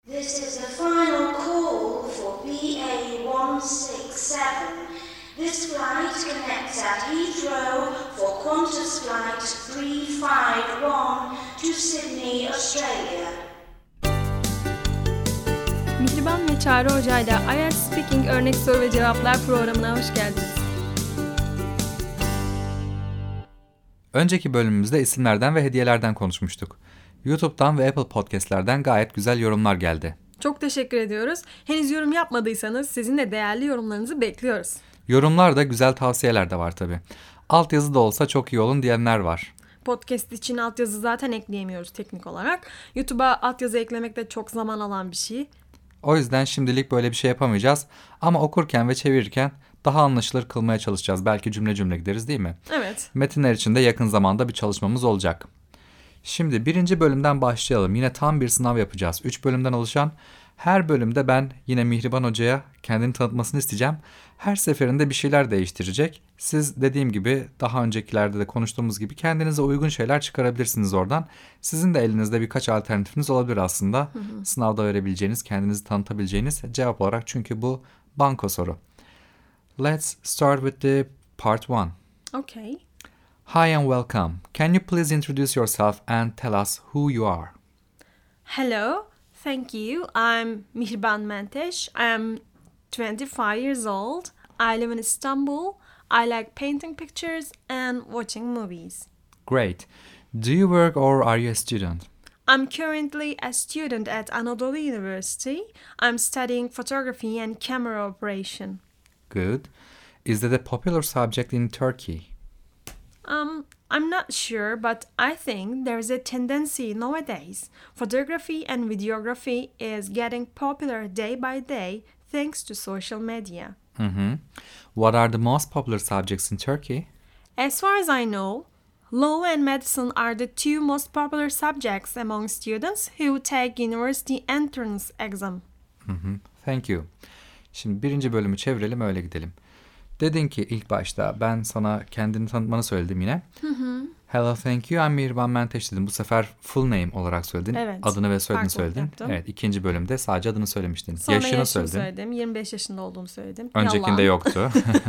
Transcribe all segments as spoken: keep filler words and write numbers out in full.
This is the final call for B A one six seven. This flight connects at Heathrow for Qantas Flight three five one to Sydney, Australia. Mihriban ve Çağrı Hoca'yla I E L T S Speaking Örnek Soru ve Cevaplar programına hoş geldiniz. Önceki bölümümüzde isimlerden ve hediyelerden konuşmuştuk. YouTube'dan ve Apple Podcast'lerden gayet güzel yorumlar geldi. Çok teşekkür ediyoruz. Henüz yorum yapmadıysanız sizin de değerli yorumlarınızı bekliyoruz. Yorumlarda güzel tavsiyeler de var tabii. Altyazı da olsa çok iyi olun diyenler var. Podcast için altyazı zaten ekleyemiyoruz teknik olarak. YouTube'a altyazı eklemek de çok zaman alan bir şey. O yüzden şimdilik böyle bir şey yapamayacağız. Ama okurken ve çevirirken daha anlaşılır kılmaya çalışacağız. Belki cümle cümle gideriz değil mi? Evet. Metinler için de yakın zamanda bir çalışmamız olacak. Şimdi birinci bölümden başlayalım. Yine tam bir sınav yapacağız. Üç bölümden oluşan. Her bölümde ben yine Mihriban Hoca'ya kendini tanıtmasını isteyeceğim. Her seferinde bir şeyler değiştirecek. Siz dediğim gibi daha öncekilerde de konuştuğumuz gibi kendinize uygun şeyler çıkarabilirsiniz oradan. Sizin de elinizde birkaç alternatifiniz olabilir aslında. Hı hı. Sınavda verebileceğiniz, kendinizi tanıtabileceğiniz cevap olarak. Çünkü bu banko soru. Let's start with the part one. Okay. Hi and welcome. Can you please introduce yourself and tell us who you are? Hello, thank you. I'm Mihriban Menteş. I'm twenty-five years old. I live in Istanbul. I like painting pictures and watching movies. Great. Do you work or are you a student? I'm currently a student at Anadolu University. I'm studying photography and camera operation. Good. Is that a popular subject in Turkey? Um, I'm not sure, but I think there is a tendency nowadays. Photography and videography is getting popular day by day thanks to social media. Mm-hmm. What are the most popular subjects in Turkey? As far as I know, law and medicine are the two most popular subjects among students who take university entrance exam. Mm-hmm. Thank you. Şimdi birinci bölümü çevirelim, öyle gidelim. Dedin ki ilk başta ben sana kendini tanıtmanı söyledim yine. Hı hı. Hello, thank you. I'm Mihriban Menteş dedim. Bu sefer full name olarak söyledin. Evet. Adını ve soyadını Farklılık söyledin. yaptım. Evet, ikinci bölümde sadece adını söylemiştin. Sonra Yaşını yaşımı söyledin. söyledim. yirmi beş yaşında olduğumu söyledim. Öncekinde Yalan. yoktu.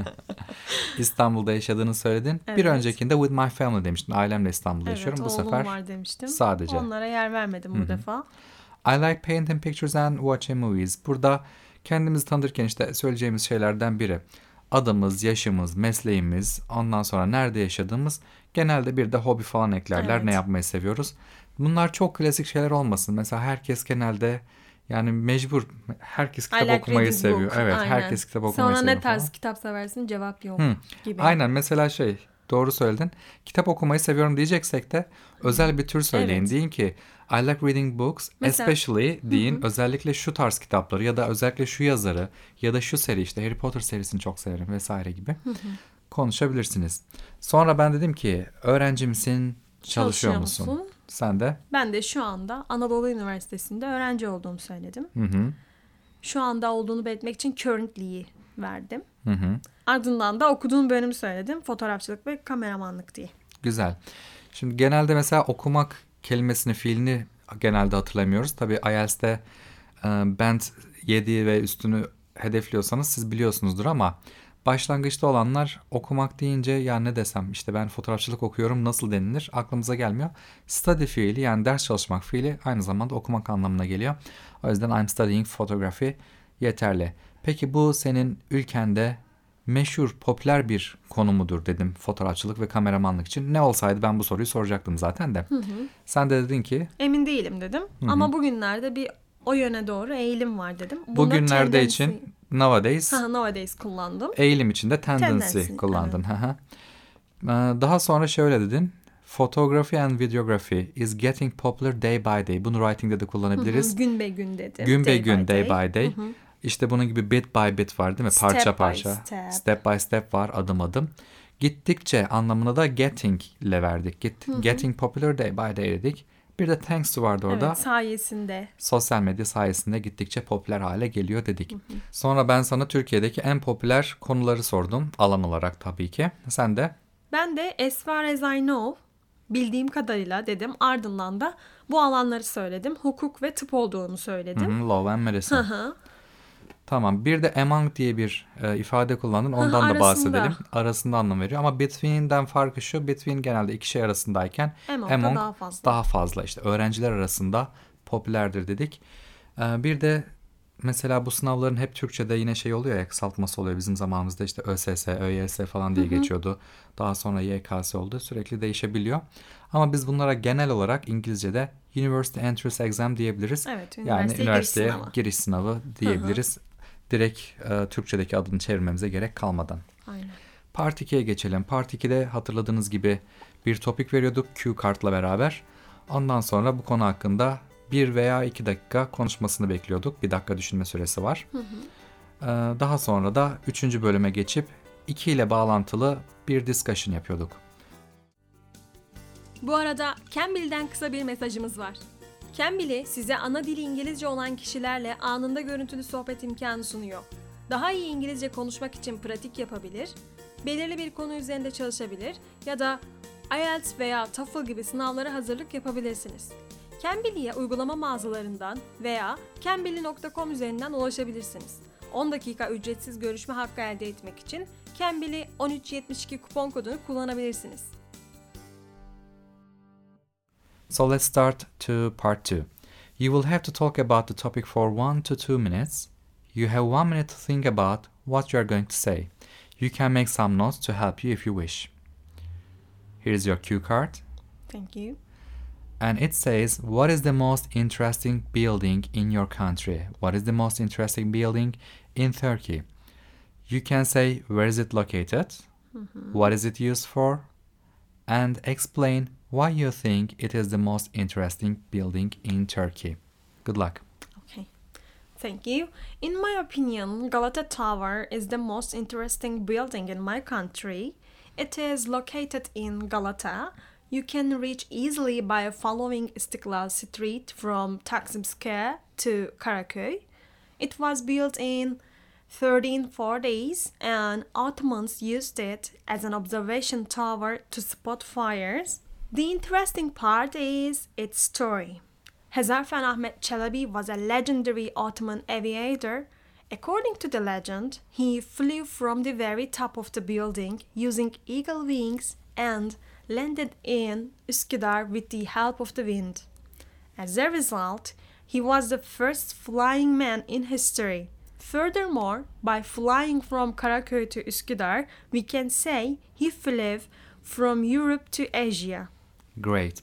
İstanbul'da yaşadığını söyledin. Evet. Bir öncekinde with my family demiştin. Ailemle İstanbul'da Evet, yaşıyorum. Bu oğlum sefer var demiştim. sadece. Onlara yer vermedim bu Hı-hı. defa. I like painting pictures and watching movies. Burada kendimizi tanıtırken işte söyleyeceğimiz şeylerden biri. Adımız, yaşımız, mesleğimiz, ondan sonra nerede yaşadığımız, genelde bir de hobi falan eklerler. Evet. Ne yapmayı seviyoruz. Bunlar çok klasik şeyler olmasın. Mesela herkes genelde yani mecbur herkes kitap like okumayı seviyor. book. Evet, Aynen. herkes kitap okumayı Sonra seviyor. ne tarz falan. kitap seversin cevap yok Hı. gibi. Aynen, mesela şey doğru söyledin. Kitap okumayı seviyorum diyeceksek de özel bir tür söyleyin. Evet. Deyin ki I like reading books, Mesela, especially deyin hı hı. özellikle şu tarz kitapları ya da özellikle şu yazarı ya da şu seri, işte Harry Potter serisini çok severim vesaire gibi Hı hı. konuşabilirsiniz. Sonra ben dedim ki öğrenci misin, çalışıyor, Çalışıyor musun? musun? Sen de? Ben de şu anda Anadolu Üniversitesi'nde öğrenci olduğumu söyledim. Hı hı. Şu anda olduğunu belirtmek için currently'yi verdim. Hı hı. Ardından da okuduğum bölümü söyledim. Fotoğrafçılık ve kameramanlık diye. Güzel. Şimdi genelde mesela okumak kelimesini, fiilini genelde hatırlamıyoruz. Tabii I E L T S'te e, band yedi ve üstünü hedefliyorsanız siz biliyorsunuzdur ama başlangıçta olanlar okumak deyince ya ne desem işte ben fotoğrafçılık okuyorum nasıl denilir aklımıza gelmiyor. Study fiili, yani ders çalışmak fiili aynı zamanda okumak anlamına geliyor. O yüzden I'm studying photography yeterli. Peki bu senin ülkende meşhur, popüler bir konu mudur dedim fotoğrafçılık ve kameramanlık için. Ne olsaydı ben bu soruyu soracaktım zaten de. Hı hı. Sen de dedin ki Emin değilim dedim. Hı hı. Ama bugünlerde bir o yöne doğru eğilim var dedim. Bunda bugünlerde tendency- için nowadays, Ha, nowadays kullandım. eğilim için de tendency, Tendency, kullandın. Evet. Daha sonra şöyle dedin. Photography and videography is getting popular day by day. Bunu writing'de de kullanabiliriz. Hı hı, gün be gün dedim. Gün be Day gün, by day by day. Hı hı. İşte bunun gibi bit by bit var değil mi? Step Parça by parça. step. Step by step var, adım adım. Gittikçe anlamına da getting ile verdik. Get, Hı hı. Getting popular day by day dedik. Bir de thanks to vardı orada. Evet, sayesinde. Sosyal medya sayesinde gittikçe popüler hale geliyor dedik. Hı hı. Sonra ben sana Türkiye'deki en popüler konuları sordum. Alan olarak tabii ki. Sen de? Ben de as far as I know bildiğim kadarıyla dedim. Ardından da bu alanları söyledim. Hukuk ve tıp olduğunu söyledim. Hı hı, law and medicine. Hı hı. Tamam. Bir de among diye bir e, ifade kullandın. Ondan da arasında. bahsedelim. Arasında anlam veriyor. Ama between'den farkı şu. Between genelde iki şey arasındayken Among'da among daha fazla. daha fazla. İşte öğrenciler arasında popülerdir dedik. E, bir de mesela bu sınavların hep Türkçe'de yine şey oluyor ya, kısaltması oluyor. Bizim zamanımızda işte ÖSS, ÖYS falan diye geçiyordu. Daha sonra Y K S oldu. Sürekli değişebiliyor. Ama biz bunlara genel olarak İngilizce'de University Entrance Exam diyebiliriz. Evet, yani üniversiteye üniversiteye giriş sınavı. giriş sınavı diyebiliriz. Direkt e, Türkçedeki adını çevirmemize gerek kalmadan. Aynen. Part ikiye geçelim. Part ikide hatırladığınız gibi bir topik veriyorduk cue kartla beraber. Ondan sonra bu konu hakkında bir veya iki dakika konuşmasını bekliyorduk. Bir dakika düşünme süresi var. Hı hı. Ee, daha sonra da üçüncü bölüme geçip iki ile bağlantılı bir discussion yapıyorduk. Bu arada Cambly'den kısa bir mesajımız var. Cambly size ana dili İngilizce olan kişilerle anında görüntülü sohbet imkanı sunuyor. Daha iyi İngilizce konuşmak için pratik yapabilir, belirli bir konu üzerinde çalışabilir ya da I E L T S veya TOEFL gibi sınavlara hazırlık yapabilirsiniz. Cambly'ye uygulama mağazalarından veya cambly nokta com üzerinden ulaşabilirsiniz. on dakika ücretsiz görüşme hakkı elde etmek için Cambly on üç yetmiş iki kupon kodunu kullanabilirsiniz. So let's start to part two. You will have to talk about the topic for one to two minutes. You have one minute to think about what you are going to say. You can make some notes to help you if you wish. Here is your cue card. Thank you. And it says, what is the most interesting building in your country? What is the most interesting building in Turkey? You can say, where is it located? Mm-hmm. What is it used for? And explain why you think it is the most interesting building in Turkey. Good luck. Okay. Thank you. In my opinion, Galata Tower is the most interesting building in my country. It is located in Galata. You can reach easily by following Istiklal Street from Taksim Square to Karaköy. It was built in thirteen forties and Ottomans used it as an observation tower to spot fires. The interesting part is its story. Hazarfen Ahmet Çelebi was a legendary Ottoman aviator. According to the legend, he flew from the very top of the building using eagle wings and landed in Üsküdar with the help of the wind. As a result, he was the first flying man in history. Furthermore, by flying from Karaköy to Üsküdar, we can say he flew from Europe to Asia. Great.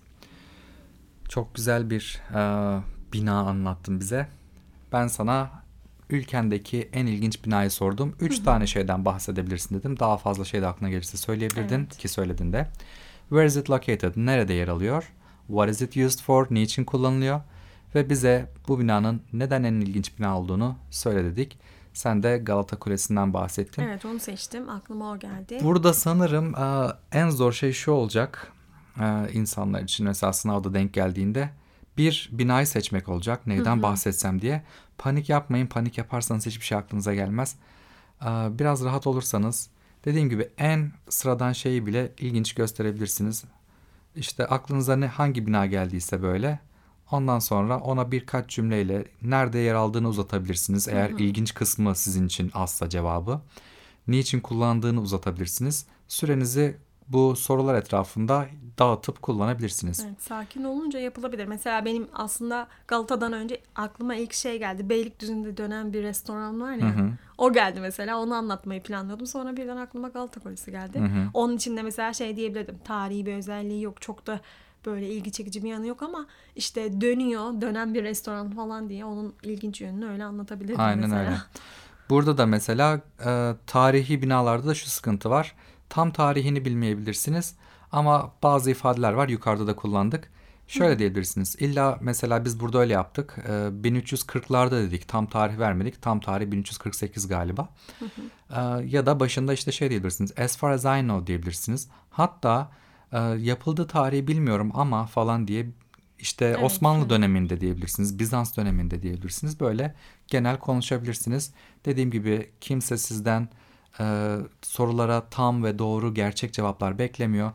Çok güzel bir e, bina anlattın bize. Ben sana ülkendeki en ilginç binayı sordum. Üç tane şeyden bahsedebilirsin dedim. Daha fazla şey de aklına gelirse söyleyebilirdin, Evet. ki söyledin de. Where is it located? Nerede yer alıyor? What is it used for? Niçin kullanılıyor? Ve bize bu binanın neden en ilginç bina olduğunu söyle dedik. Sen de Galata Kulesi'nden bahsettin. Evet, onu seçtim. Aklıma o geldi. Burada sanırım e, en zor şey şu olacak. E, insanlar için mesela sınavda denk geldiğinde bir binayı seçmek olacak. Neyden hı hı. bahsetsem diye. Panik yapmayın. Panik yaparsanız hiçbir şey aklınıza gelmez. E, biraz rahat olursanız dediğim gibi en sıradan şeyi bile ilginç gösterebilirsiniz. İşte aklınıza ne hangi bina geldiyse böyle. Ondan sonra ona birkaç cümleyle nerede yer aldığını uzatabilirsiniz. Eğer hı hı. ilginç kısmı sizin için azsa cevabı. Niçin kullandığını uzatabilirsiniz. Sürenizi bu sorular etrafında dağıtıp kullanabilirsiniz. Evet, sakin olunca yapılabilir. Mesela benim aslında Galata'dan önce aklıma ilk şey geldi. Beylikdüzü'nde dönen bir restoran var ya. Hı hı. O geldi mesela. Onu anlatmayı planlıyordum. Sonra birden aklıma Galata Kulesi geldi. Hı hı. Onun için de mesela şey diyebilirdim. Tarihi bir özelliği yok. Çok da böyle ilgi çekici bir yanı yok ama işte dönüyor, dönen bir restoran falan diye onun ilginç yönünü öyle anlatabilirdim. Aynen mesela. Öyle. Burada da mesela e, tarihi binalarda da şu sıkıntı var. Tam tarihini bilmeyebilirsiniz ama bazı ifadeler var, yukarıda da kullandık. Şöyle Hı. diyebilirsiniz. İlla mesela biz burada öyle yaptık. E, bin üç yüz kırklarda dedik. Tam tarih vermedik. Tam tarih bin üç yüz kırk sekiz galiba. Hı hı. E, ya da başında işte şey diyebilirsiniz. As far as I know diyebilirsiniz. Hatta e, yapıldığı tarihi bilmiyorum ama falan diye işte evet, Osmanlı evet. döneminde diyebilirsiniz. Bizans döneminde diyebilirsiniz. Böyle genel konuşabilirsiniz. Dediğim gibi kimse sizden e, sorulara tam ve doğru gerçek cevaplar beklemiyor.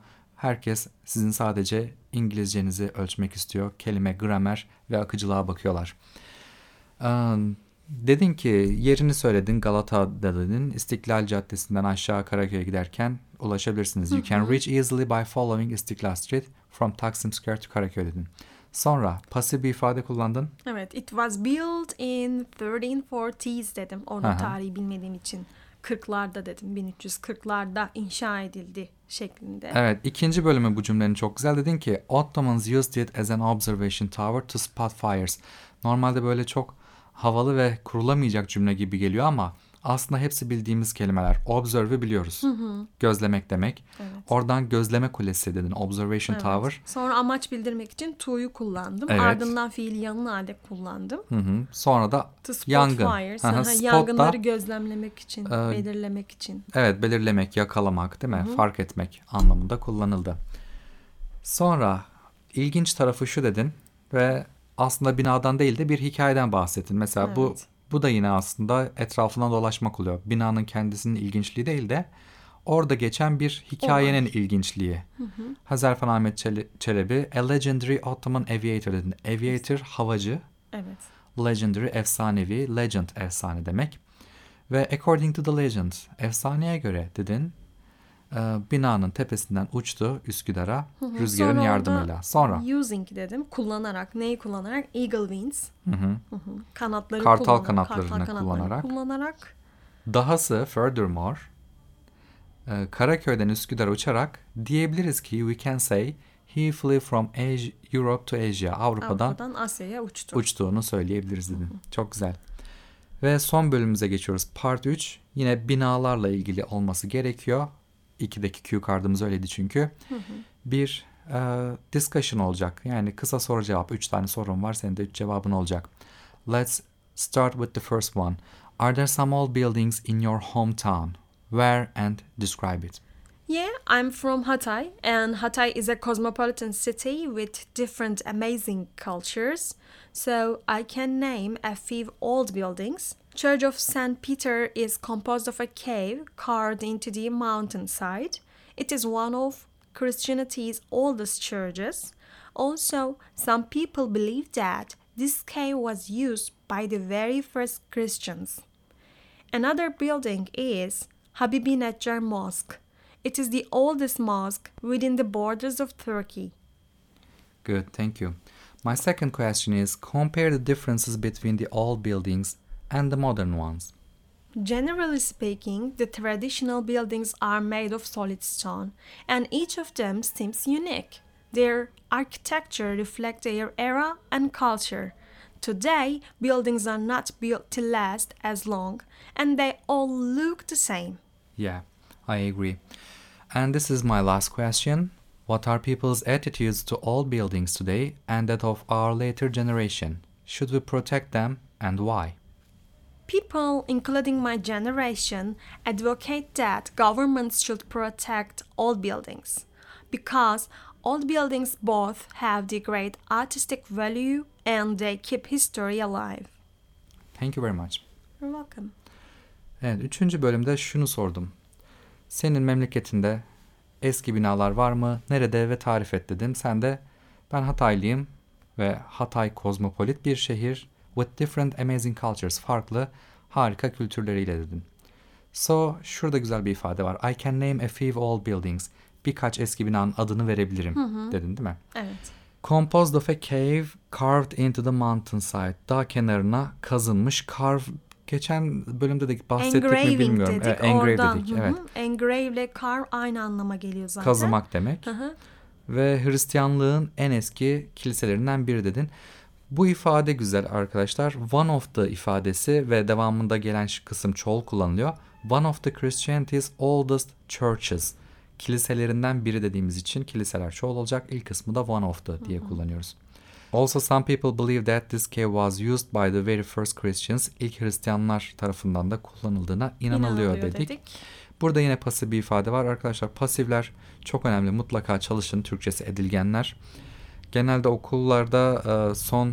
Herkes sizin sadece İngilizcenizi ölçmek istiyor. Kelime, gramer ve akıcılığa bakıyorlar. Ee, dedin ki yerini söyledin, Galata'da dedin. İstiklal Caddesi'nden aşağı Karaköy'e giderken ulaşabilirsiniz. You can reach easily by following Istiklal Street from Taksim Square to Karaköy dedin. Sonra pasif bir ifade kullandın. Evet, it was built in thirteen forties dedim. Orada Aha. tarihi bilmediğim için. kırklarda dedim. bin üç yüz kırklarda inşa edildi şeklinde. Evet, ikinci bölümü bu cümlenin çok güzel. Dedin ki Ottomans used it as an observation tower to spot fires. Normalde böyle çok havalı ve kurulamayacak cümle gibi geliyor ama aslında hepsi bildiğimiz kelimeler. Observe'ı biliyoruz. Hı hı. Gözlemek demek. Evet. Oradan gözleme kulesi dedin. Observation Evet. tower. Sonra amaç bildirmek için to'yu kullandım. Evet. Ardından fiili yanına halde kullandım. Hı hı. Sonra da To spot yangın. fires. Hı hı. Aha, Spot yangınları da, gözlemlemek için, e, belirlemek için. evet, belirlemek, yakalamak değil mi? Hı hı. Fark etmek anlamında kullanıldı. Sonra ilginç tarafı şu dedin ve aslında binadan değil de bir hikayeden bahsettin. Mesela Evet. bu bu da yine aslında etrafından dolaşmak oluyor. Binanın kendisinin ilginçliği değil de orada geçen bir hikayenin Olay. ilginçliği. Hazarfen Ahmet Çele- Çelebi, a legendary Ottoman aviator dedin. Aviator havacı, Evet. legendary efsanevi, legend efsane demek. Ve according to the legend, efsaneye göre dedin, e, binanın tepesinden uçtu Üsküdar'a rüzgarın Sonra yardımıyla. orada Sonra using dedim. Kullanarak. Neyi kullanarak? Eagle wings. hı hı. Hı hı. Kanatları Kartal kullanarak. kanatlarını kartal kanatlarını kullanarak. kullanarak. Dahası furthermore e, Karaköy'den Üsküdar'a uçarak diyebiliriz ki we can say he flew from Asia, Europe to Asia. Avrupa'dan, Avrupa'dan Asya'ya uçtu. uçtuğunu söyleyebiliriz dedin. Çok güzel. Ve son bölümümüze geçiyoruz. Part üç. Yine binalarla ilgili olması gerekiyor. ikideki Q card'ımız öyleydi çünkü. Hı hı. Bir e, discussion olacak. Yani kısa soru cevap. Üç tane sorun var. Senin de üç cevabın olacak. Let's start with the first one. Are there some old buildings in your hometown? Where and describe it. Yeah, I'm from Hatay, and Hatay is a cosmopolitan city with different amazing cultures. So I can name a few old buildings. Church of Saint Peter is composed of a cave carved into the mountainside. It is one of Christianity's oldest churches. Also, some people believe that this cave was used by the very first Christians. Another building is Habibi Neccar Mosque. It is the oldest mosque within the borders of Turkey. Good, thank you. My second question is compare the differences between the old buildings and the modern ones. Generally speaking, the traditional buildings are made of solid stone, and each of them seems unique. Their architecture reflects their era and culture. Today, buildings are not built to last as long, and they all look the same. Yeah, I agree. And this is my last question. What are people's attitudes to old buildings today and that of our later generation? Should we protect them and why? People, including my generation, advocate that governments should protect old buildings because old buildings both have the great artistic value and they keep history alive. Thank you very much. You're welcome. Evet, üçüncü bölümde şunu sordum. Senin memleketinde eski binalar var mı? Nerede ve tarif et dedim. Sen de ben Hataylıyım ve Hatay kozmopolit bir şehir with different amazing cultures. Farklı, harika kültürleriyle dedin. So, şurada güzel bir ifade var. I can name a few old buildings. Birkaç eski binanın adını verebilirim Hı hı. dedin değil mi? Evet. Composed of a cave carved into the mountainside. Dağ kenarına kazınmış. Carve geçen bölümde de bahsettik mi Engraving bilmiyorum. dedik. Evet, engrave Oradan. dedik. Hı hı. Evet. Engrave ile carve aynı anlama geliyor zaten. Kazımak demek. Hı hı. Ve Hristiyanlığın en eski kiliselerinden biri dedin. Bu ifade güzel arkadaşlar. One of the ifadesi ve devamında gelen kısım çoğul kullanılıyor. One of the Christianity's oldest churches. Kiliselerinden biri dediğimiz için kiliseler çoğul olacak. İlk kısmı da one of the diye kullanıyoruz. Also some people believe that this cave was used by the very first Christians. İlk Hristiyanlar tarafından da kullanıldığına inanılıyor, İnanılıyor dedik. dedik. Burada yine pasif bir ifade var arkadaşlar. Pasifler çok önemli. Mutlaka çalışın. Türkçesi edilgenler. Genelde okullarda e, son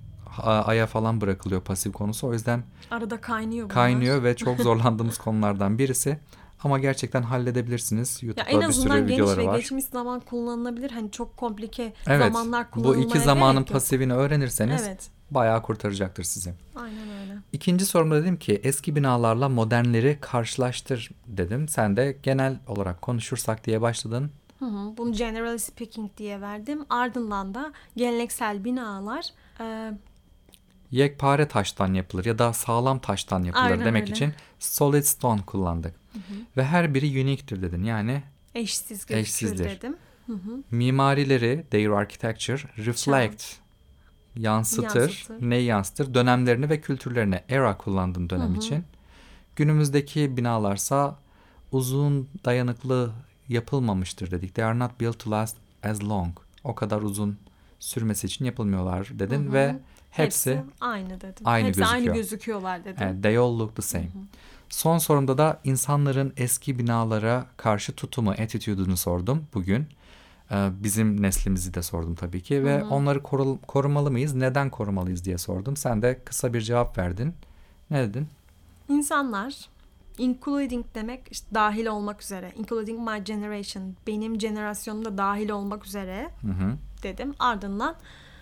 aya falan bırakılıyor pasif konusu. O yüzden Arada kaynıyor bunlar. kaynıyor ve çok zorlandığımız konulardan birisi. Ama gerçekten halledebilirsiniz. Ya YouTube'da en bir azından sürü geniş videoları ve var. geçmiş zaman kullanılabilir. Hani çok komplike Evet, zamanlar bu kullanılmaya iki zamanın gerek yok. pasifini öğrenirseniz Evet. bayağı kurtaracaktır sizi. Aynen öyle. İkinci sorumda dedim ki eski binalarla modernleri karşılaştır dedim. Sen de genel olarak konuşursak diye başladın. Hı hı. Bunu generally speaking diye verdim. Ardından da geleneksel binalar e, Yekpare taştan yapılır ya da sağlam taştan yapılır Aynen demek öyle. için solid stone kullandık. Ve her biri unique'tir dedin. Yani eşsiz gözükür Eşsizdir. dedim. mimarileri, their architecture, reflect, yansıtır, Yansıtır. neyi yansıtır? Dönemlerini ve kültürlerini. Era kullandın dönem için. Günümüzdeki binalarsa uzun, dayanıklı yapılmamıştır dedik. They are not built to last as long. O kadar uzun sürmesi için yapılmıyorlar dedin ve hepsi, Hepsi aynı dedim. aynı Hepsi aynı gözüküyor. gözüküyorlar dedim. evet, they all look the same. Son sorumda da insanların eski binalara karşı tutumu, attitude'unu sordum bugün. Ee, Bizim neslimizi de sordum tabii ki ve onları koru- korumalı mıyız, neden korumalıyız diye sordum. Sen de kısa bir cevap verdin. Ne dedin? İnsanlar, including demek işte dahil olmak üzere. Including my generation. Benim jenerasyonum da dahil olmak üzere Hı hı. dedim. Ardından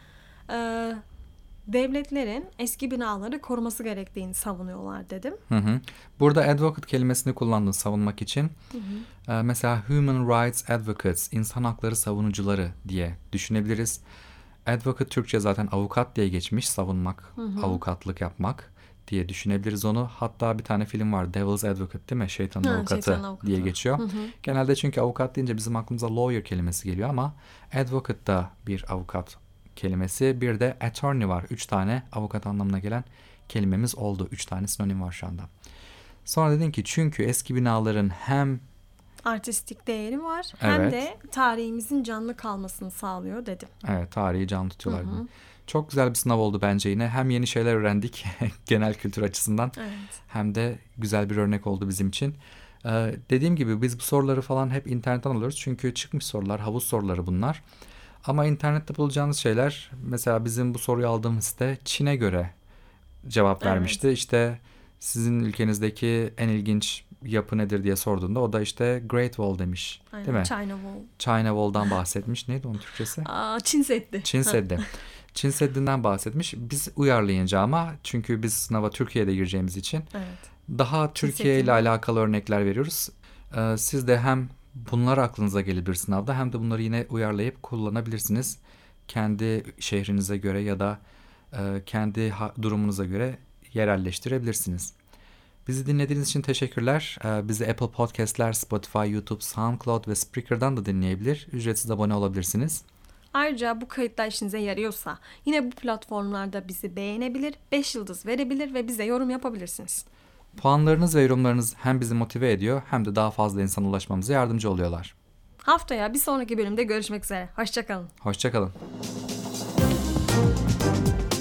e, devletlerin eski binaları koruması gerektiğini savunuyorlar dedim. Hı hı. Burada advocate kelimesini kullandın savunmak için. Ee, mesela human rights advocates, insan hakları savunucuları diye düşünebiliriz. Advocate Türkçe zaten avukat diye geçmiş, savunmak, avukatlık yapmak diye düşünebiliriz onu. Hatta bir tane film var, Devil's Advocate değil mi? Şeytanın Ha, avukatı şeytanın avukatı. diye geçiyor. Genelde çünkü avukat deyince bizim aklımıza lawyer kelimesi geliyor ama advocate da bir avukat kelimesi. Bir de attorney var. Üç tane avukat anlamına gelen kelimemiz oldu. Üç tane sinonim var şu anda. Sonra dedin ki çünkü eski binaların hem Artistik değeri var. Hem Evet. de tarihimizin canlı kalmasını sağlıyor dedim. evet tarihi canlı tutuyorlar. Çok güzel bir sınav oldu bence yine. Hem yeni şeyler öğrendik genel kültür açısından Evet. hem de güzel bir örnek oldu bizim için. Ee, dediğim gibi biz bu soruları falan hep internetten alıyoruz. Çünkü çıkmış sorular, havuz soruları bunlar. Ama internette bulacağınız şeyler, mesela bizim bu soruyu aldığımız site Çin'e göre cevap Evet. vermişti. İşte sizin ülkenizdeki en ilginç yapı nedir diye sorduğunda o da işte Great Wall demiş. Aynen. Değil mi? China Wall. China Wall'dan bahsetmiş. Neydi onun Türkçesi? Aa, Çin Seddi. Çin Seddi. Çin Seddi'nden bahsetmiş. Biz uyarlayınca ama çünkü biz sınava Türkiye'de gireceğimiz için Evet. daha Türkiye ile Seddi'nden. alakalı örnekler veriyoruz. Ee, siz de hem bunlar aklınıza gelebilir sınavda hem de bunları yine uyarlayıp kullanabilirsiniz. Kendi şehrinize göre ya da e, kendi ha- durumunuza göre yerelleştirebilirsiniz. Bizi dinlediğiniz için teşekkürler. Ee, bizi Apple Podcast'ler, Spotify, YouTube, SoundCloud ve Spreaker'dan da dinleyebilir. Ücretsiz abone olabilirsiniz. Ayrıca bu kayıtlar işinize yarıyorsa yine bu platformlarda bizi beğenebilir, beş yıldız verebilir ve bize yorum yapabilirsiniz. Puanlarınız ve yorumlarınız hem bizi motive ediyor hem de daha fazla insana ulaşmamıza yardımcı oluyorlar. Haftaya bir sonraki bölümde görüşmek üzere. Hoşça kalın. Hoşça kalın.